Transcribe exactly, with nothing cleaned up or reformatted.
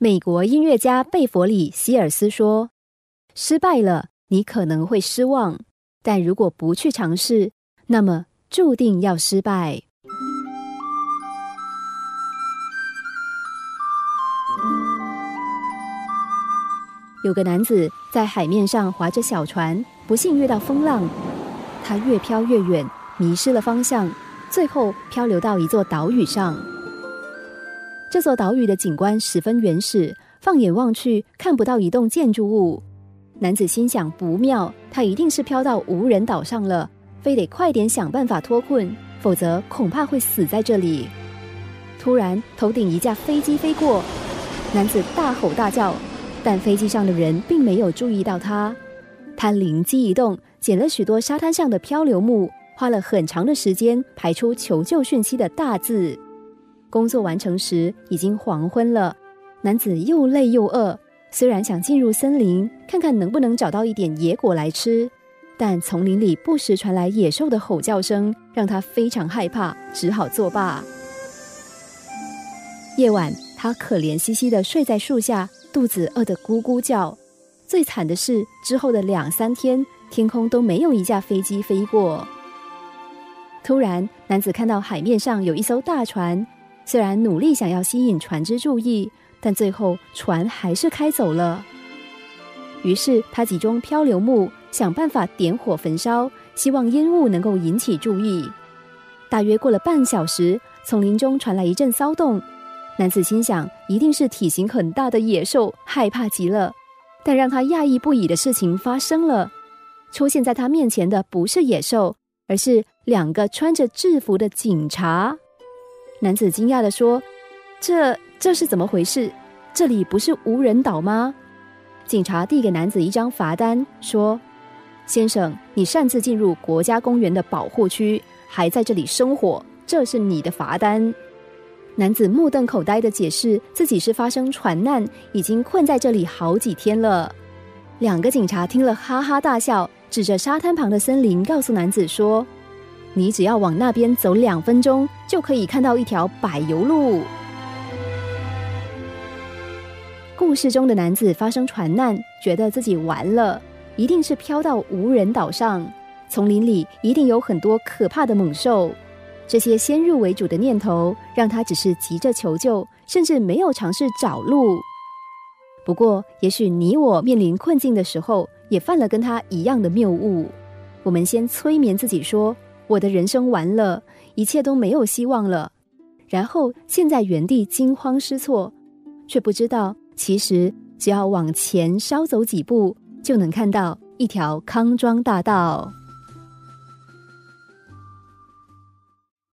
美国音乐家贝弗里·希尔斯说，失败了，你可能会失望，但如果不去尝试，那么注定要失败。有个男子在海面上划着小船，不幸遇到风浪，他越飘越远，迷失了方向，最后漂流到一座岛屿上。这座岛屿的景观十分原始，放眼望去看不到一栋建筑物。男子心想不妙，他一定是飘到无人岛上了，非得快点想办法脱困，否则恐怕会死在这里。突然头顶一架飞机飞过，男子大吼大叫，但飞机上的人并没有注意到他。他灵机一动，捡了许多沙滩上的漂流木，花了很长的时间排出求救讯息的大字。工作完成时已经黄昏了，男子又累又饿，虽然想进入森林看看能不能找到一点野果来吃，但丛林里不时传来野兽的吼叫声，让他非常害怕，只好作罢。夜晚，他可怜兮兮地睡在树下，肚子饿得咕咕叫。最惨的是，之后的两三天，天空都没有一架飞机飞过。突然，男子看到海面上有一艘大船，虽然努力想要吸引船只注意，但最后船还是开走了。于是他集中漂流木，想办法点火焚烧，希望烟雾能够引起注意。大约过了半小时，丛林中传来一阵骚动。男子心想，一定是体型很大的野兽，害怕极了。但让他讶异不已的事情发生了，出现在他面前的不是野兽，而是两个穿着制服的警察。男子惊讶地说，这这是怎么回事？这里不是无人岛吗？警察递给男子一张罚单，说，先生，你擅自进入国家公园的保护区，还在这里生火，这是你的罚单。男子目瞪口呆地解释，自己是发生船难，已经困在这里好几天了。两个警察听了哈哈大笑，指着沙滩旁的森林告诉男子说，你只要往那边走两分钟，就可以看到一条柏油路。故事中的男子发生船难，觉得自己完了，一定是飘到无人岛上，丛林里一定有很多可怕的猛兽。这些先入为主的念头让他只是急着求救，甚至没有尝试找路。不过也许你我面临困境的时候也犯了跟他一样的谬误。我们先催眠自己说，我的人生完了，一切都没有希望了，然后陷在原地惊慌失措，却不知道其实只要往前稍走几步，就能看到一条康庄大道。